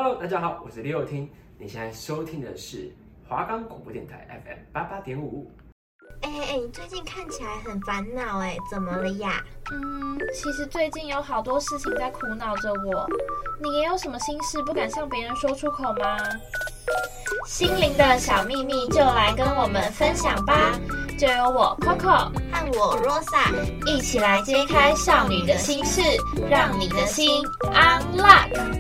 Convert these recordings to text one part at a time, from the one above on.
Hello， 大家好，我是李友听，你现在收听的是华冈广播电台 FM 88.5。 你最近看起来很烦恼怎么了呀？ 其实最近有好多事情在苦恼着我，你也有什么心事不敢向别人说出口吗？心灵的小秘密就来跟我们分享吧，就由我 Coco 和我 Rosa 一起来揭开少女的心事，让你的心 unlock。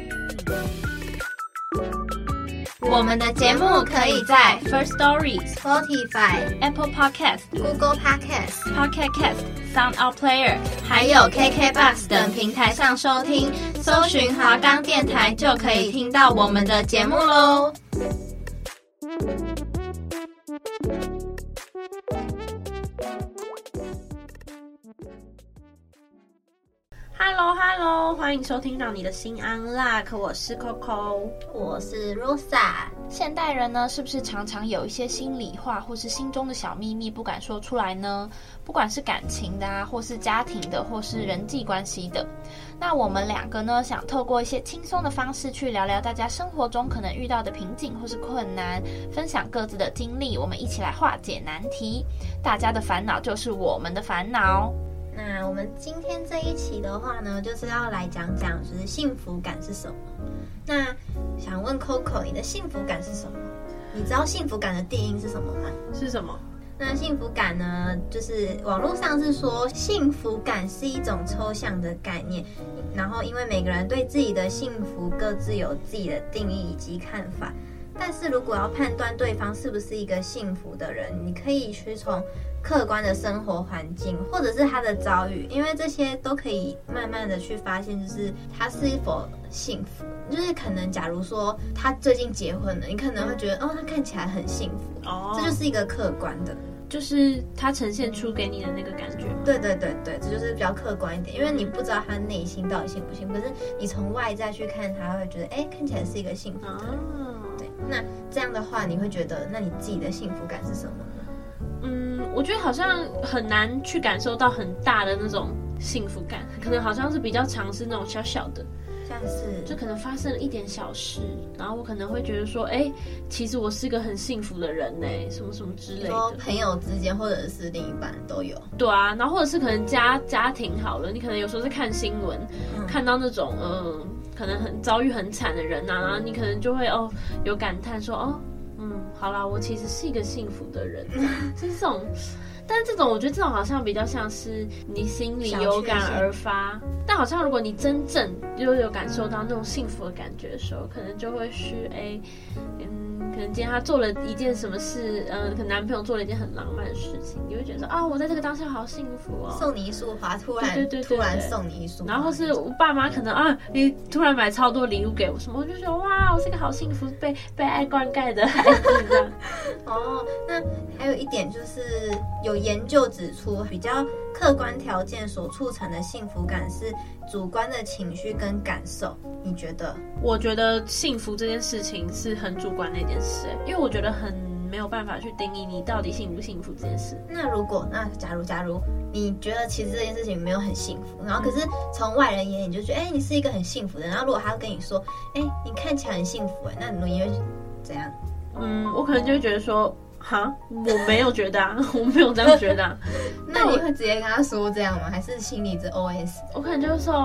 我们的节目可以在 First Story、Spotify、Apple Podcast、Google Podcast、Pocket Cast、Sound Player， 还有 KKBOX 等平台上收听，搜寻华冈电台就可以听到我们的节目咯。Hello， 欢迎收听到你的心 unlock， 我是 Coco， 我是 Rosa。 现代人呢，是不是常常有一些心里话或是心中的小秘密不敢说出来呢？不管是感情的啊，或是家庭的，或是人际关系的。那我们两个呢，想透过一些轻松的方式去聊聊大家生活中可能遇到的瓶颈或是困难，分享各自的经历，我们一起来化解难题。大家的烦恼就是我们的烦恼。 那我们今天这一期的话呢，就是要来讲讲就是幸福感是什么。那想问 Coco， 你的幸福感是什么？你知道幸福感的定义是什么吗？ 是什么？ 那幸福感呢，就是网络上是说幸福感是一种抽象的概念，然后因为每个人对自己的幸福各自有自己的定义以及看法，但是如果要判断对方是不是一个幸福的人，你可以去从客观的生活环境或者是他的遭遇，因为这些都可以慢慢的去发现就是他是否幸福。就是可能假如说他最近结婚了，你可能会觉得他看起来很幸福，这就是一个客观的， 就是他呈现出给你的那个感觉。 对，这就是比较客观一点，因为你不知道他内心到底幸不幸福，可是你从外在去看他，会觉得看起来是一个幸福的人。对，那这样的话你会觉得那你自己的幸福感是什么呢？ 我觉得好像很难去感受到很大的那种幸福感，可能好像是比较常是那种小小的， 像是就可能发生了一点小事，然后我可能会觉得说其实我是一个很幸福的人什么什么之类的。 说朋友之间或者是另一半都有。 对啊，然后或者是可能家庭好了，你可能有时候是看新闻，看到那种可能很遭遇很惨的人啊，然后你可能就会有感叹说好啦，我其实是一个幸福的人，就是这种。但是我觉得这种好像比较像是你心里有感而发，但好像如果你真正就有感受到那种幸福的感觉的时候，可能就会是可能今天他做了一件什么事，可能男朋友做了一件很浪漫的事情，你会觉得我在这个当下好幸福哦， 送你一束花，突然送你一束花， 然后是我爸妈可能你突然买超多礼物给我什么，我就觉得哇，我是个好幸福被爱灌溉的孩子这样。 那还有一点就是有研究指出，比较客观条件所促成的幸福感是主观的情绪跟感受，你觉得？ 我觉得幸福这件事情是很主观的一件事，因为我觉得很没有办法去定义你到底幸不幸福这件事。 那假如你觉得其实这件事情没有很幸福，然后可是从外人眼里就觉得你是一个很幸福的人，然后如果他跟你说你看起来很幸福那你会怎样？ 我可能就会觉得说我没有觉得我没有这样觉得那你会直接跟他说这样吗？还是心里只 OS？ 我可能就会说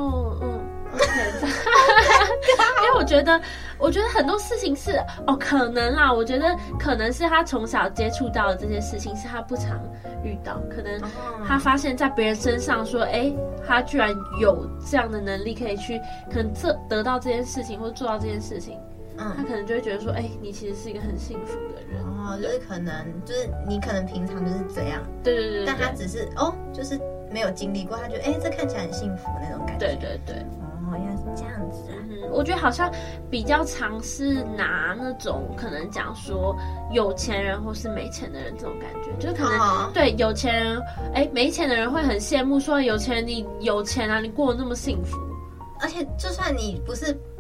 OK 因为我觉得很多事情是可能啦，我觉得可能是他从小接触到的这些事情是他不常遇到，可能他发现在别人身上说他居然有这样的能力可以去可能得到这件事情或做到这件事情，他可能就会觉得说你其实是一个很幸福的人就是可能就是你可能平常就是这样， 对， 但他只是就是没有经历过，他觉得这看起来很幸福那种感觉。 对原来是这样子我觉得好像比较常是拿那种可能讲说有钱人或是没钱的人这种感觉，就可能对有钱人没钱的人会很羡慕说有钱人你有钱啊，你过得那么幸福， 而且就算你不是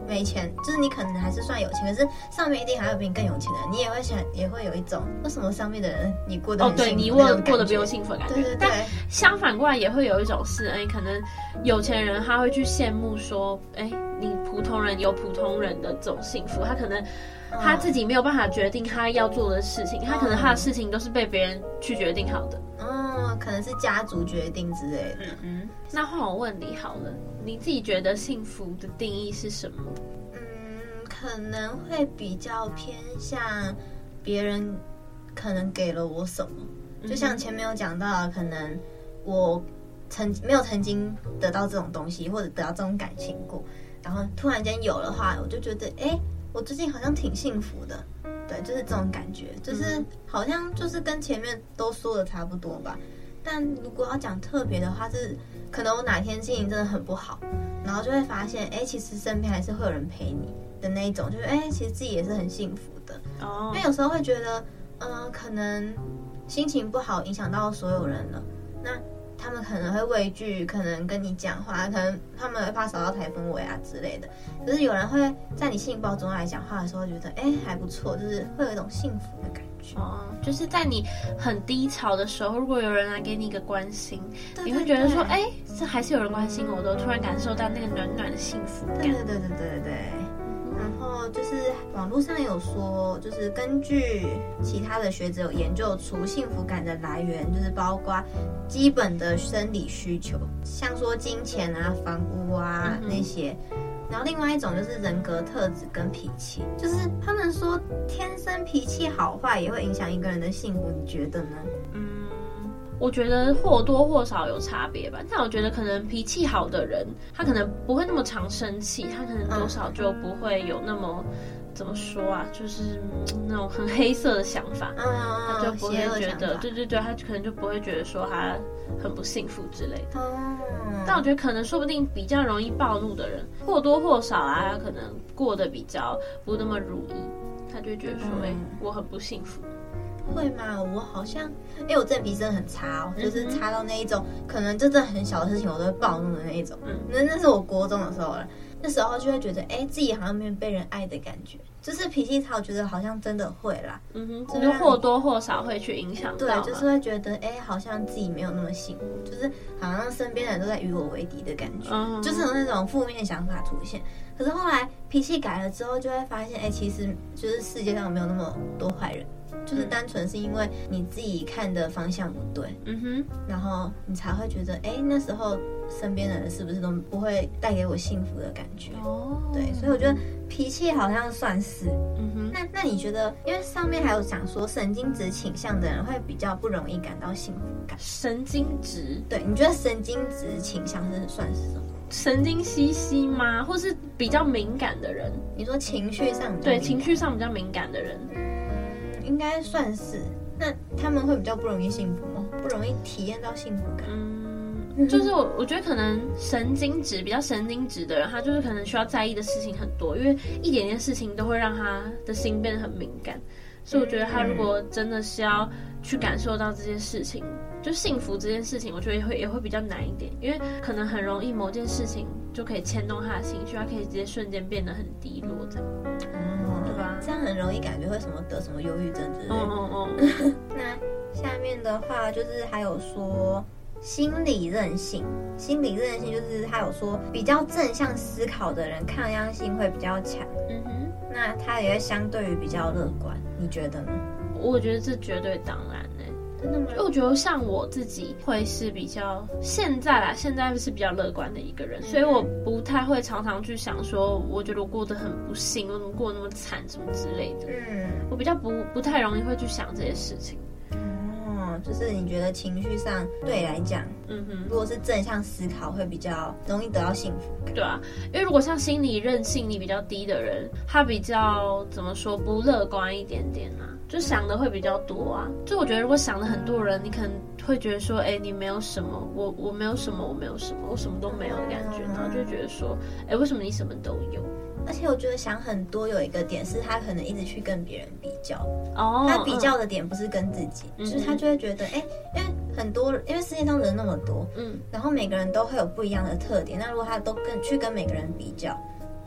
没钱，就是你可能还是算有钱，可是上面一定还有比你更有钱的人，你也会有一种为什么上面的人你过得很幸福， 对你过得比我幸福的感觉。 对， 但相反过来也会有一种是，可能有钱人他会去羡慕说，你普通人有普通人的这种幸福，他可能他自己没有办法决定他要做的事情，他可能他的事情都是被别人去决定好的。 可能是家族决定之类的。 那换我问你好了，你自己觉得幸福的定义是什么？ 可能会比较偏向别人可能给了我什么，就像前面有讲到，可能我没有曾经得到这种东西，或者得到这种感情过，然后突然间有的话，我就觉得我最近好像挺幸福的。对，就是这种感觉，就是好像就是跟前面都说的差不多吧。但如果要讲特别的话，是可能我哪天心情真的很不好，然后就会发现，其实身边还是会有人陪你的那一种，就是其实自己也是很幸福的。因为有时候会觉得，可能心情不好影响到所有人了，那他们可能会畏惧，可能跟你讲话，可能他们会怕扫到台风尾啊之类的。可是有人会在你心情不好中来讲话的时候，觉得还不错，就是会有一种幸福的感觉。 就是在你很低潮的时候，如果有人来给你一个关心，你会觉得说，这还是有人关心我的，突然感受到那个暖暖的幸福感。 对。然后就是网络上有说，就是根据其他的学者有研究出幸福感的来源，就是包括基本的生理需求，像说金钱啊、房屋啊那些。然后另外一种就是人格特质跟脾气，就是他们说天生脾气好坏也会影响一个人的幸福，你觉得呢？ 我觉得或多或少有差别吧，但我觉得可能脾气好的人，他可能不会那么常生气，他可能多少就不会有那么怎么说啊，就是那种很黑色的想法，他就不会觉得，对，他可能就不会觉得说他很不幸福之类的。但我觉得可能说不定比较容易暴怒的人，或多或少啊，他可能过得比较不那么如意，他就会觉得说，我很不幸福。 会吗？我好像，我这脾气真的很差就是差到那一种，可能真的很小的事情我都会暴怒的那一种。那是我国中的时候了，那时候就会觉得，自己好像没有被人爱的感觉，就是脾气差，我觉得好像真的会啦。 就或多或少会去影响到。 对，就是会觉得，好像自己没有那么幸福，就是好像身边的人都在与我为敌的感觉，就是有那种负面想法出现。可是后来脾气改了之后，就会发现，其实就是世界上没有那么多坏人。就是单纯是因为你自己看的方向不对，然后你才会觉得，那时候身边的人是不是都不会带给我幸福的感觉？对，所以我觉得脾气好像算是。那你觉得，因为上面还有讲说神经质倾向的人会比较不容易感到幸福感。 神经质？ 对，你觉得神经质倾向是算是什么？ 神经兮吗？或是比较敏感的人？ 你说情绪上比较敏感？ 对，情绪上比较敏感的人。 应该算是。那他们会比较不容易幸福吗？不容易体验到幸福感？ 就是我觉得可能比较神经质的人，他就是可能需要在意的事情很多，因为一点点事情都会让他的心变得很敏感。所以我觉得他如果真的是要去感受到这件事情，就幸福这件事情，我觉得也会比较难一点，因为可能很容易某件事情就可以牵动他的情绪，他可以直接瞬间变得很低落这样。对吧？ 这样很容易感觉会得什么忧郁症之类的。那下面的话就是还有说心理韧性就是他有说比较正向思考的人抗压性会比较强。那他也会相对于比较乐观，你觉得呢？ 我觉得这绝对当然真的吗？ 我觉得像我自己会是比较现在是比较乐观的一个人，所以我不太会常常去想说，我觉得我过得很不幸，我怎么过得那么惨什么之类的。我比较不太容易会去想这些事情。 就是你觉得情绪上对你来讲，如果是正向思考，会比较容易得到幸福感。 对啊，因为如果像心理韧性力比较低的人，他比较怎么说不乐观一点点啊，就想的会比较多啊。就我觉得如果想的很多人，你可能会觉得说，你没有什么，我没有什么，我什么都没有的感觉，然后就觉得说，为什么你什么都有？ 而且我觉得想很多有一个点是他可能一直去跟别人比较，他比较的点不是跟自己，就是他就会觉得因为世界上人那么多，然后每个人都会有不一样的特点，那如果他都去跟每个人比较，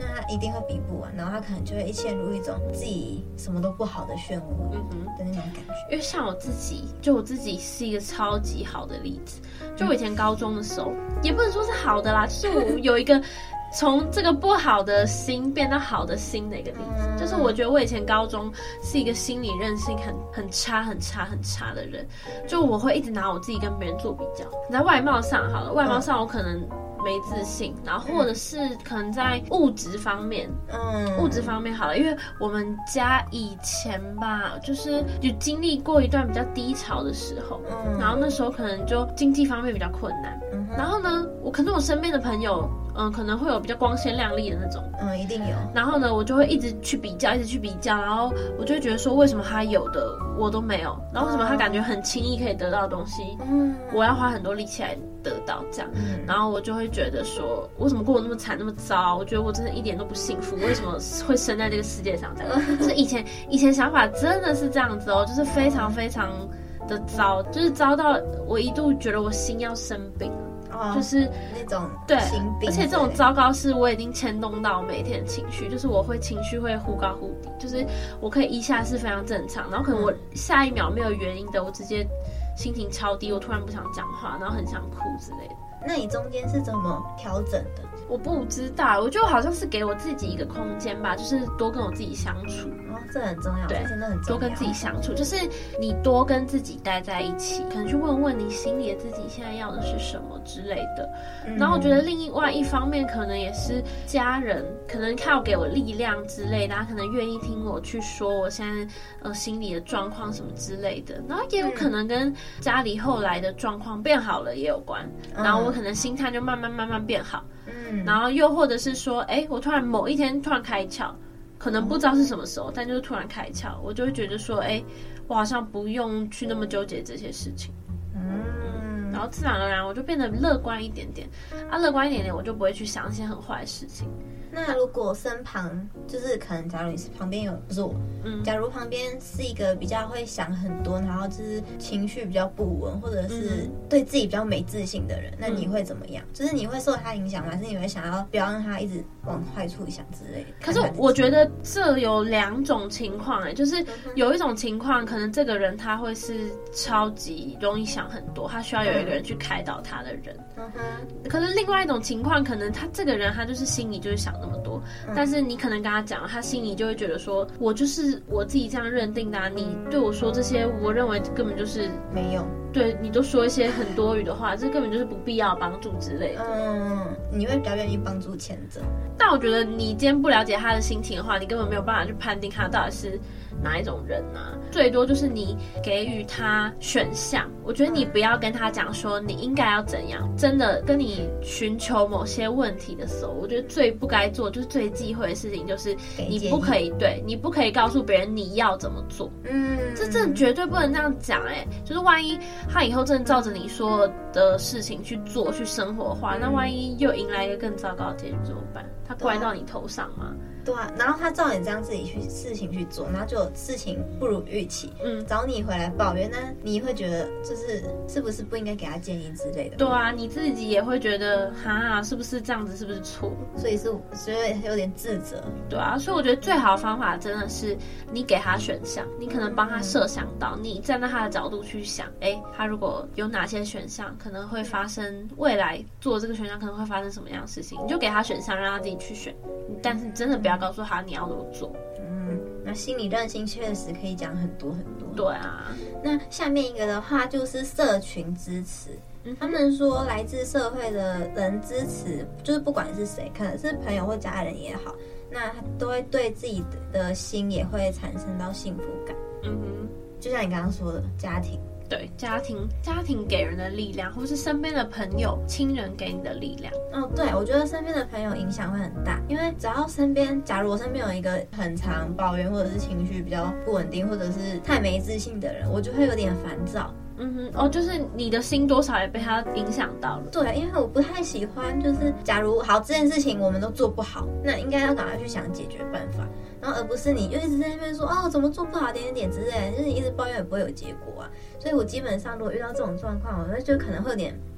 那他一定会比不完，然后他可能就会陷入一种自己什么都不好的漩涡的那种感觉。 因为像我自己是一个超级好的例子，就我以前高中的时候，也不能说是好的啦，就是我有一个从这个不好的心变到好的心的一个例子，就是我觉得我以前高中是一个心理韧性很差的人，就我会一直拿我自己跟别人做比较。你在外貌上好了，外貌上我可能没自信，然后或者是可能在物质方面好了，因为我们家以前吧，就是有经历过一段比较低潮的时候，然后那时候可能就经济方面比较困难，然后呢，可能我身边的朋友，可能会有比较光鲜亮丽的那种， 一定有。 然后呢，我就会一直去比较，然后我就会觉得说，为什么他有的我都没有，然后为什么他感觉很轻易可以得到的东西，我要花很多力气来得到这样，然后我就会觉得说，我怎么过得那么惨那么糟？我觉得我真的一点都不幸福，为什么会生在这个世界上这样？就是以前想法真的是这样子哦，就是非常非常的糟，就是糟到我一度觉得我心要生病了。就是那种对心病， 而且这种糟糕是我已经牵动到每天的情绪，就是我会情绪会忽高忽低，就是我可以一下是非常正常，然后可能我下一秒没有原因的，我直接心情超低，我突然不想讲话，然后很想哭之类的。 那你中间是怎么调整的？ 我不知道，我觉得好像是给我自己一个空间吧，就是多跟我自己相处。 这很重要，对，真的很重要。 多跟自己相处，就是你多跟自己待在一起，可能去问问你心里的自己现在要的是什么之类的。然后我觉得另外一方面，可能也是家人，可能靠给我力量之类的，他可能愿意听我去说我现在心里的状况什么之类的。然后也有可能跟家里后来的状况变好了也有关。然后我可能心态就慢慢变好。然后又或者是说，我突然某一天突然开窍。可能不知道是什么时候，但就是突然开窍，我就会觉得说，我好像不用去那么纠结这些事情，然后自然而然我就变得乐观一点点，乐观一点点，我就不会去想一些很坏的事情。 那如果身旁就是可能，假如你是旁边有不是我，假如旁边是一个比较会想很多，然后就是情绪比较不稳，或者是对自己比较没自信的人，那你会怎么样？就是你会受他影响吗？还是你会想要不要让他一直往坏处想之类的？ 可是我觉得这有两种情况，就是有一种情况，可能这个人他会是超级容易想很多，他需要有一个人去开导他的人。可是另外一种情况，可能他这个人他就是心里就是想那么多，但是你可能跟他讲，他心里就会觉得说，我就是我自己这样认定的你对我说这些，我认为根本就是没用。 对，你都说一些很多余的话，这根本就是不必要的帮助之类的。 你会比较愿意帮助前者。 但我觉得你今天不了解他的心情的话，你根本没有办法去判定他到底是哪一种人啊。最多就是你给予他选项，我觉得你不要跟他讲说你应该要怎样。真的跟你寻求某些问题的时候，我觉得最不该做，就是最忌讳的事情，就是你不可以你不可以告诉别人你要怎么做。这真的绝对不能这样讲。就是万一他以后真的照着你说的事情去做去生活的话，那万一又迎来一个更糟糕的结局怎么办？他怪到你头上吗？ 对啊，然后他照你这样自己去事情去做，然后就有事情不如预期，找你回来抱怨，那你会觉得是不是不应该给他建议之类的？ 对啊，你自己也会觉得是不是这样子，是不是错？ 所以是觉得有点自责。 对啊，所以我觉得最好的方法真的是你给他选项，你可能帮他设想到，你站在他的角度去想，他如果有哪些选项可能会发生，未来做这个选项可能会发生什么样的事情，你就给他选项，让他自己去选。但是真的不要告诉他你要怎么做。 那心理韧性确实可以讲很多很多。 对啊， 那下面一个的话就是社群支持。他们说来自社会的人支持，就是不管是谁，可能是朋友或家人也好，那他都会对自己的心也会产生到幸福感。就像你刚刚说的，家庭。 对，家庭给人的力量，或是身边的朋友、亲人给你的力量。 对，我觉得身边的朋友影响会很大，因为只要假如我身边有一个很常抱怨，或者是情绪比较不稳定，或者是太没自信的人，我就会有点烦躁。 就是你的心多少也被他影响到了。 对，因为我不太喜欢，就是假如好这件事情我们都做不好，那应该要赶快去想解决办法，然后而不是你就一直在那边说怎么做不好点之类的，就是你一直抱怨也不会有结果啊。所以我基本上如果遇到这种状况，我就可能会有点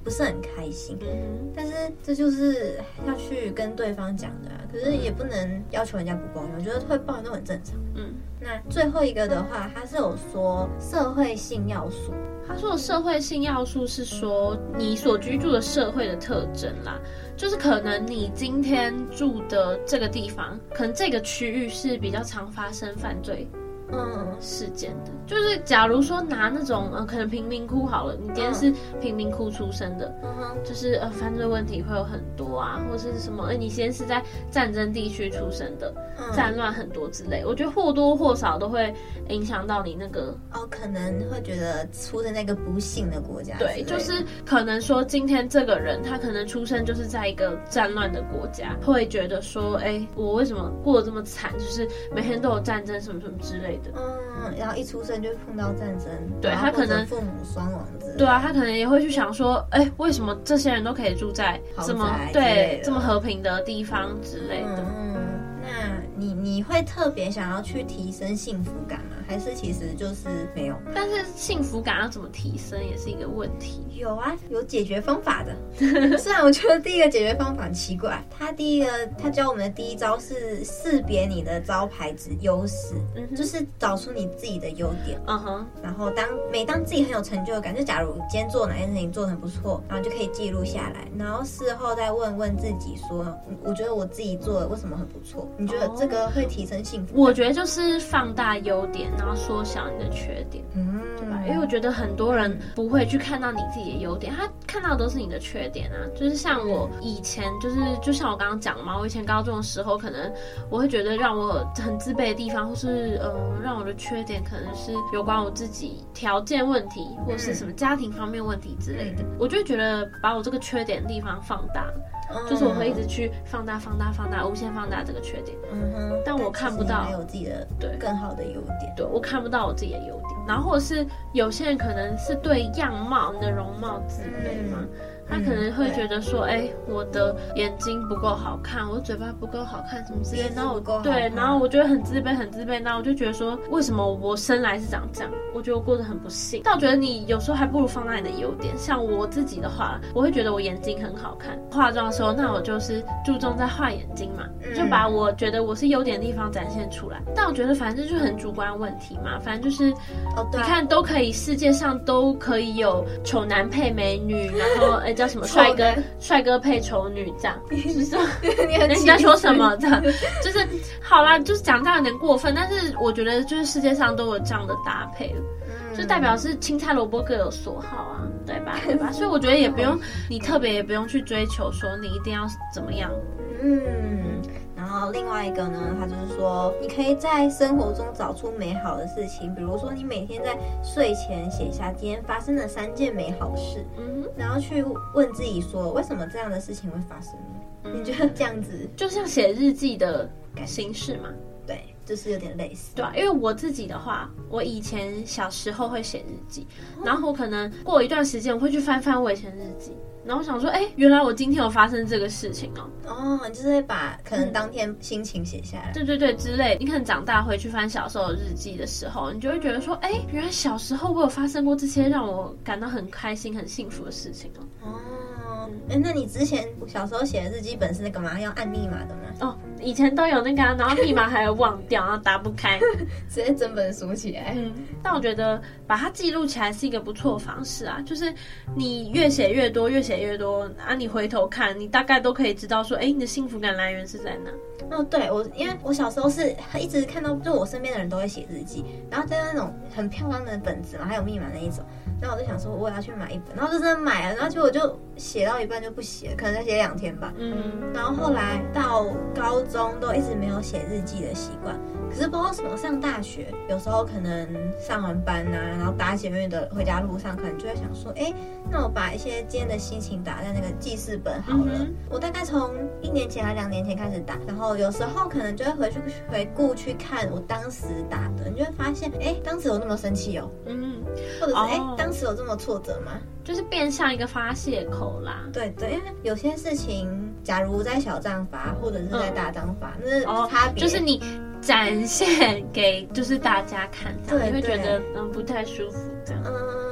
不是很开心。但是这就是要去跟对方讲的啊，可是也不能要求人家不抱怨，我觉得会抱怨都很正常。那最后一个的话，他是有说社会性要素。 他说的社会性要素是说你所居住的社会的特征啦，就是可能你今天住的这个地方，可能这个区域是比较常发生犯罪事件的。就是假如说拿那种可能贫民窟好了，你今天是贫民窟出生的，就是犯罪问题会有很多啊，或是什么你今天是在战争地区出生的，战乱很多之类，我觉得或多或少都会影响到你那个可能会觉得出生在一个不幸的国家。 对，就是可能说今天这个人他可能出生就是在一个战乱的国家，会觉得说我为什么过得这么惨，就是每天都有战争什么什么之类的。 然后一出生就碰到战争， 对，他可能父母双亡之类的。 对啊，他可能也会去想说，为什么这些人都可以住在这么这么和平的地方之类的。 那你会特别想要去提升幸福感吗？还是其实就是没有？ 但是幸福感要怎么提升也是一个问题。 有啊，有解决方法的。虽然我觉得第一个解决方法很奇怪，他教我们的第一招是识别你的招牌之优势，就是找出你自己的优点。然后每当自己很有成就感，就假如今天做哪件事情做得很不错，然后就可以记录下来，然后事后再问问自己说，我觉得我自己做的为什么很不错？你觉得这个会提升幸福感？ 我觉得就是放大优点，然后缩小你的缺点，对吧？因为我觉得很多人不会去看到你自己的优点，他看到的都是你的缺点啊。就是像我以前就像我刚刚讲的嘛，我以前高中的时候，可能我会觉得让我很自卑的地方，或是让我的缺点可能是有关我自己条件问题，或是什么家庭方面问题之类的，我就会觉得把我这个缺点的地方放大。就是我会一直去放大、无限放大这个缺点，但我看不到还有自己的更好的优点， 对，我看不到我自己的优点。然后或者是有些人可能是对样貌、你的容貌自卑嘛，他可能会觉得说，我的眼睛不够好看，我的嘴巴不够好看，什么之类的。然后然后我觉得很自卑，然后我就觉得说，为什么我生来是长这样？我觉得我过得很不幸。但我觉得你有时候还不如放大你的优点。像我自己的话，我会觉得我眼睛很好看，化妆的时候，那我就是注重在画眼睛嘛，就把我觉得我是优点的地方展现出来。但我觉得反正就是很主观问题嘛，反正就是你看都可以，世界上都可以有丑男配美女，然后叫什么帅哥配丑女这样，就是说你在说什么？这样就是好啦，就是讲这样有点过分，但是我觉得就是世界上都有这样的搭配了，就代表是青菜萝卜各有所好啊，对吧？所以我觉得也不用你特别也不用去追求说你一定要怎么样。 然后另外一个呢，他就是说，你可以在生活中找出美好的事情，比如说你每天在睡前写下今天发生的3件美好事，然后去问自己说，为什么这样的事情会发生呢？你觉得这样子就像写日记的形式嘛？ 对，就是有点类似。 对啊，因为我自己的话，我以前小时候会写日记，然后我可能过一段时间我会去翻翻我以前日记。然后我想说，原来我今天有发生这个事情你就是会把可能当天心情写下来， 对之类。你可能长大回去翻小时候的日记的时候，你就会觉得说，原来小时候我有发生过这些让我感到很开心、很幸福的事情那你之前小时候写的日记本是那个吗？要按密码的吗？ 以前都有那个然后密码还有忘掉，然后打不开， 直接整本锁起来。 但我觉得把它记录起来是一个不错的方式啊，就是你越写越多啊，你回头看，你大概都可以知道说，你的幸福感来源是在哪。 对，因为我小时候是一直看到，就我身边的人都会写日记，然后在那种很漂亮的本子嘛，还有密码那一种，然后我就想说我也要去买一本，然后就真的买了，然后结果就写到一半就不写了，可能再写2天吧。然后后来到高中都一直没有写日记的习惯，可是不知道什么上大学，有时候可能上完班然后搭捷运的回家路上，可能就会想说，那我把一些今天的心情打在那个记事本好了。我大概从1年前还2年前开始打，然后有时候可能就会回顾去看我当时打的，你就会发现，当时有那么生气或者是当时有这么挫折吗？ 就是变相一个发泄口啦。 对，因为有些事情，假如在小章发或者是在大章发，那是差别。 就是你展现给就是大家看，这样你会觉得不太舒服这样。 可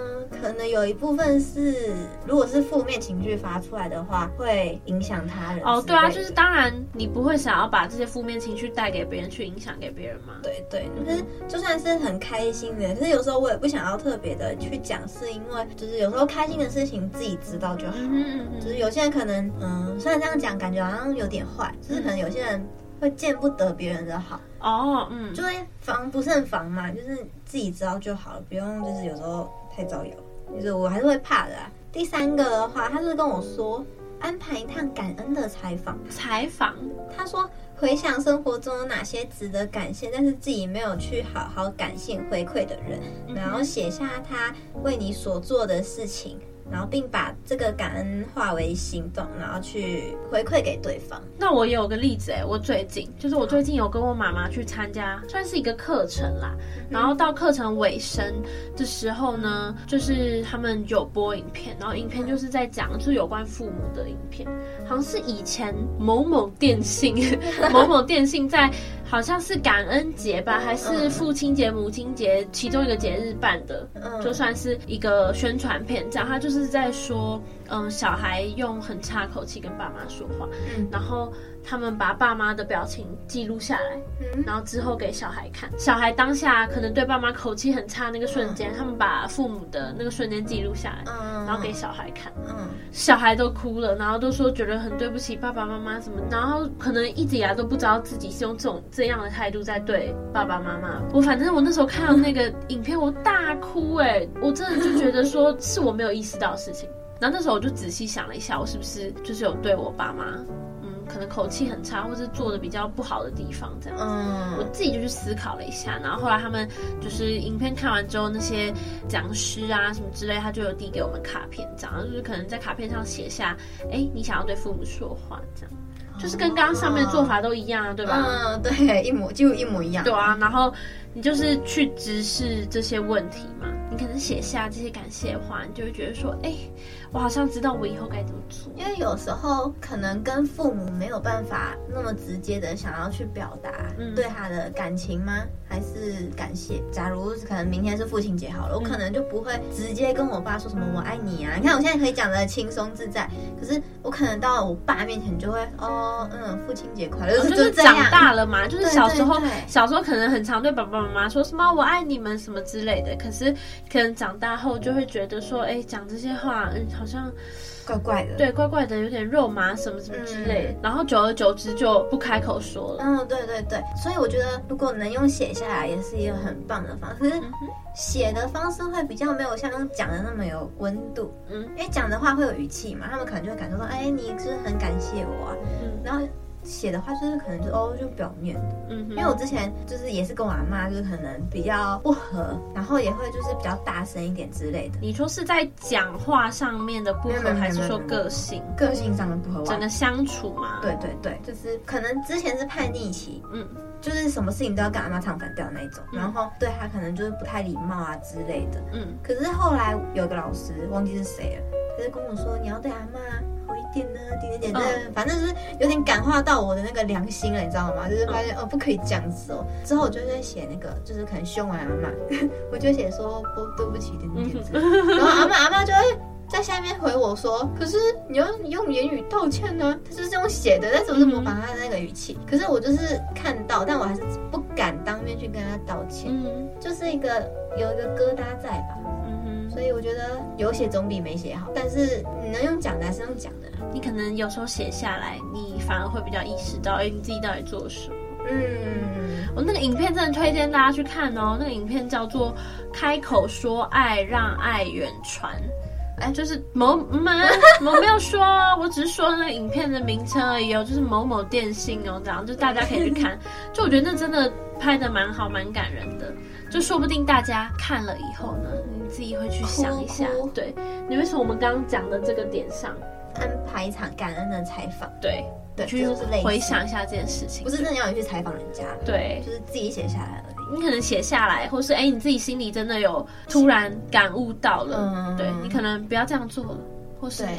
可能有一部分是，如果是负面情绪发出来的话，会影响他人。 哦，对啊，就是当然你不会想要把这些负面情绪带给别人，去影响给别人嘛。 对对，可是就算是很开心的，可是有时候我也不想要特别的去讲，是因为就是有时候开心的事情自己知道就好。就是有些人可能，虽然这样讲感觉好像有点坏，就是可能有些人会见不得别人的好。 哦， 就会防不胜防嘛，就是自己知道就好了，不用就是有时候太招摇，就是我还是会怕的啊。第三个的话，他就是跟我说安排一趟感恩的采访。他说回想生活中有哪些值得感谢，但是自己没有去好好感谢回馈的人，然后写下他为你所做的事情，然后并把这个感恩化为行动，然后去回馈给对方。 那我也有个例子我最近有跟我妈妈去参加，算是一个课程啦。然后到课程尾声的时候呢，就是他们有播影片，然后影片就是在讲就是有关父母的影片，好像是以前某某电信在好像是感恩节吧，还是父亲节、母亲节其中一个节日办的，就算是一个宣传片这样。他就是在说，小孩用很差口气跟爸妈说话，然后他们把爸妈的表情记录下来，然后之后给小孩看。小孩当下可能对爸妈口气很差那个瞬间，他们把父母的那个瞬间记录下来，然后给小孩看。小孩都哭了，然后都说觉得很对不起爸爸妈妈什么，然后可能一直以来都不知道自己是用这样的态度在对爸爸妈妈。反正我那时候看到那个影片，我大哭我真的就觉得说是我没有意识到的事情。然后那时候我就仔细想了一下，我是不是就是有对我爸妈可能口气很差，或是做的比较不好的地方这样子。我自己就去思考了一下，然后后来他们就是影片看完之后，那些讲师啊什么之类，他就有递给我们卡片这样，就是可能在卡片上写下你想要对父母说话这样，就是跟刚刚上面的做法都一样对吧？ 对，几乎一模一样。 对啊，然后你就是去直视这些问题嘛，你可能写下这些感谢的话，你就会觉得说我好像知道我以后该怎么做。 因为有时候可能跟父母没有办法那么直接的想要去表达对他的感情吗？还是感谢？假如可能明天是父亲节好了，我可能就不会直接跟我爸说什么我爱你啊。你看我现在可以讲的轻松自在，可是我可能到了我爸面前就会父亲节快乐， 就是这样。 长大了嘛，就是小时候对可能很常对爸爸妈妈说什么我爱你们什么之类的，可是可能长大后就会觉得说讲这些话好像怪怪的， 对，怪怪的，有点肉麻什么什么之类的，然后久而久之就不开口说了。 对对对，所以我觉得如果能用写下来，也是一个很棒的方式。可是写的方式会比较没有像讲的那么有温度，因为讲的话会有语气嘛，他们可能就会感受到，你是不是很感谢我啊？然后写的话就是可能就表面的，因为我之前就是也是跟我阿妈就是可能比较不合，然后也会就是比较大声一点之类的。 你说是在讲话上面的不合，还是说个性上面不合？ 整个相处嘛？ 对对对，就是可能之前是叛逆期，就是什么事情都要跟阿妈唱反调那一种，然后对他可能就是不太礼貌啊之类的。可是后来有个老师忘记是谁了，他就跟我说你要对阿妈好一点呢，点的，反正就是有点感化到我的那个良心了，你知道吗？就是发现不可以这样子之后我就会写那个，就是可能凶完阿妈，我就写说对不起点之类的，然后阿妈就会在下面回我说，可是你用言语道歉呢？他就是用写的，但是我是模仿他的那个语气。可是我就是看到，但我还是不敢当面去跟他道歉，就是有一个疙瘩在吧。所以我觉得有写总比没写好，但是你能用讲的还是用讲的。 你可能有时候写下来，你反而会比较意识到，你自己到底做了什么。我那个影片真的推荐大家去看哦，那个影片叫做《开口说爱，让爱远传》。就是没有说，我只是说那个影片的名称而已就是某某电信这样，就大家可以去看。就我觉得那真的拍得蛮好，蛮感人的。就说不定大家看了以后呢，你自己会去想一下，对，你会从我们刚刚讲的这个点上安排一场感恩的采访， 对，去回想一下这件事情， 不是真的要你去采访人家， 对， 就是自己写下来而已。 你可能写下来，或是你自己心里真的有突然感悟到了，对，你可能不要这样做了，或是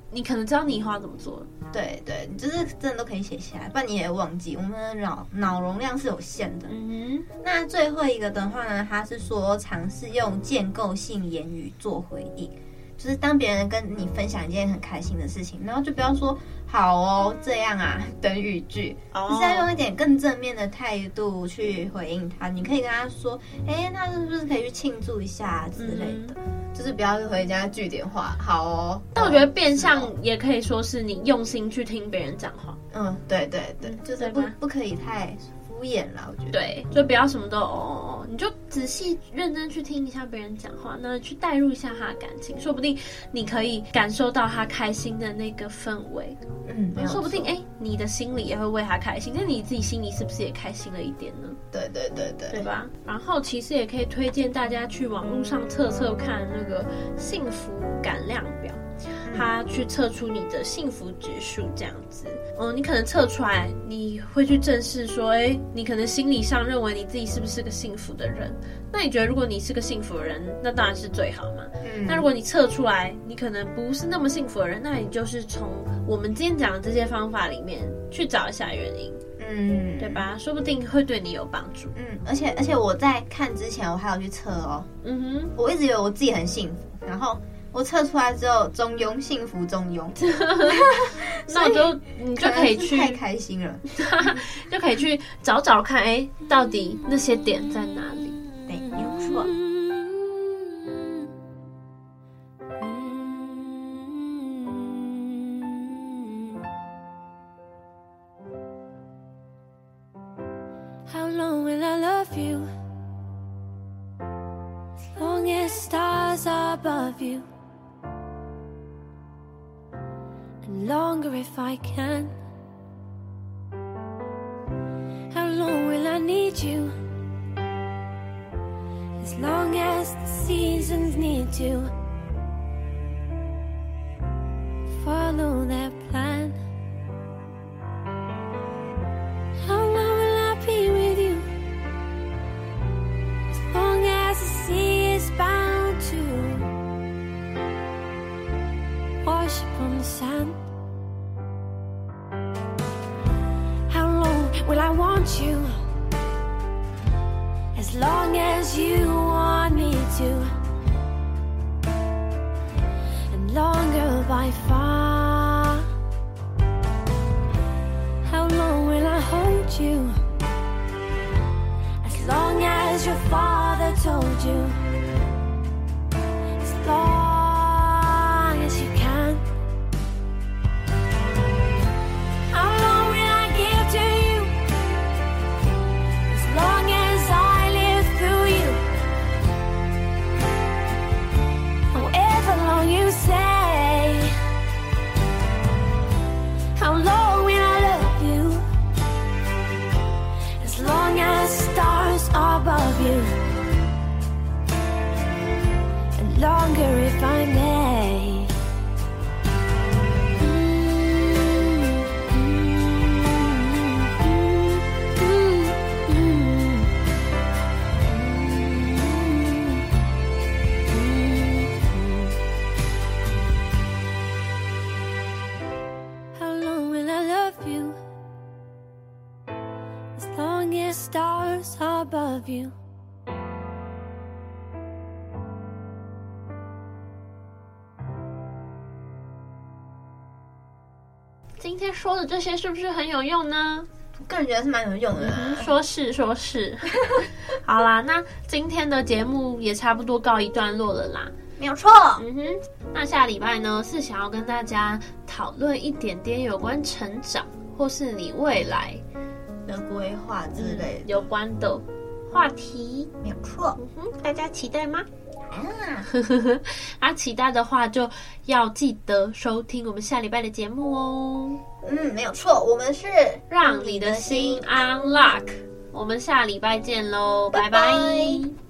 你可能知道你以后要怎么做了。 对对，你就是真的都可以写下来，不然你也忘记。我们的脑容量是有限的。那最后一个的话呢，他是说尝试用建构性言语做回应，就是当别人跟你分享一件很开心的事情，然后就不要说好哦这样啊等语句，就是要用一点更正面的态度去回应他。你可以跟他说，他是不是可以去庆祝一下之类的。就是不要回家句点话，好哦。 但我觉得变相也可以说是你用心去听别人讲话。 对对对，就是不可以太敷衍啦，我觉得。 对，就不要什么都你就仔细认真去听一下别人讲话，那去带入一下他的感情，说不定你可以感受到他开心的那个氛围。说不定你的心里也会为他开心，那你自己心里是不是也开心了一点呢？ 对对对对， 对吧？然后其实也可以推荐大家去网络上测看那个幸福感量表，它去测出你的幸福指数这样子。你可能测出来，你会去正视说，你可能心理上认为你自己是不是个幸福的人？那你觉得如果你是个幸福的人，那当然是最好嘛。那如果你测出来你可能不是那么幸福的人，那你就是从我们今天讲的这些方法里面去找一下原因。对吧？说不定会对你有帮助。 而且我在看之前我还有去测哦。我一直以为我自己很幸福，然后我测出来之后中庸，幸福中庸。 那你就可以去太开心了， 就可以去找看，到底那些点在哪里？ 对，没有错。 How long will I love you? As long as stars are above you, and longer if I can. How long will I need you? As long as the seasons need to follow their plan. How long will I be with you? As long as the sea is bound to wash upon the sand. How long will I want you? As long as you want me to, and longer by far. How long will I hold you? As long as your father told you, as long as you can. How long will I give to you? As long as I live through you. However long you say. How long will I love you? As long as stars are above you, and longer if I may. How long will I love you? As long as stars are above you. 今天说的这些是不是很有用呢？ 我个人觉得是蛮有用的啦。 说是。好啦，那今天的节目也差不多告一段落了啦。 没有错。 那下礼拜呢，是想要跟大家讨论一点点有关成长，或是你未来的规划之类的有关的话题。 没有错。 大家期待吗？期待的话就要记得收听我们下礼拜的节目哦。 没有错，我们是让你的心 unlock。我们下礼拜见喽，拜拜。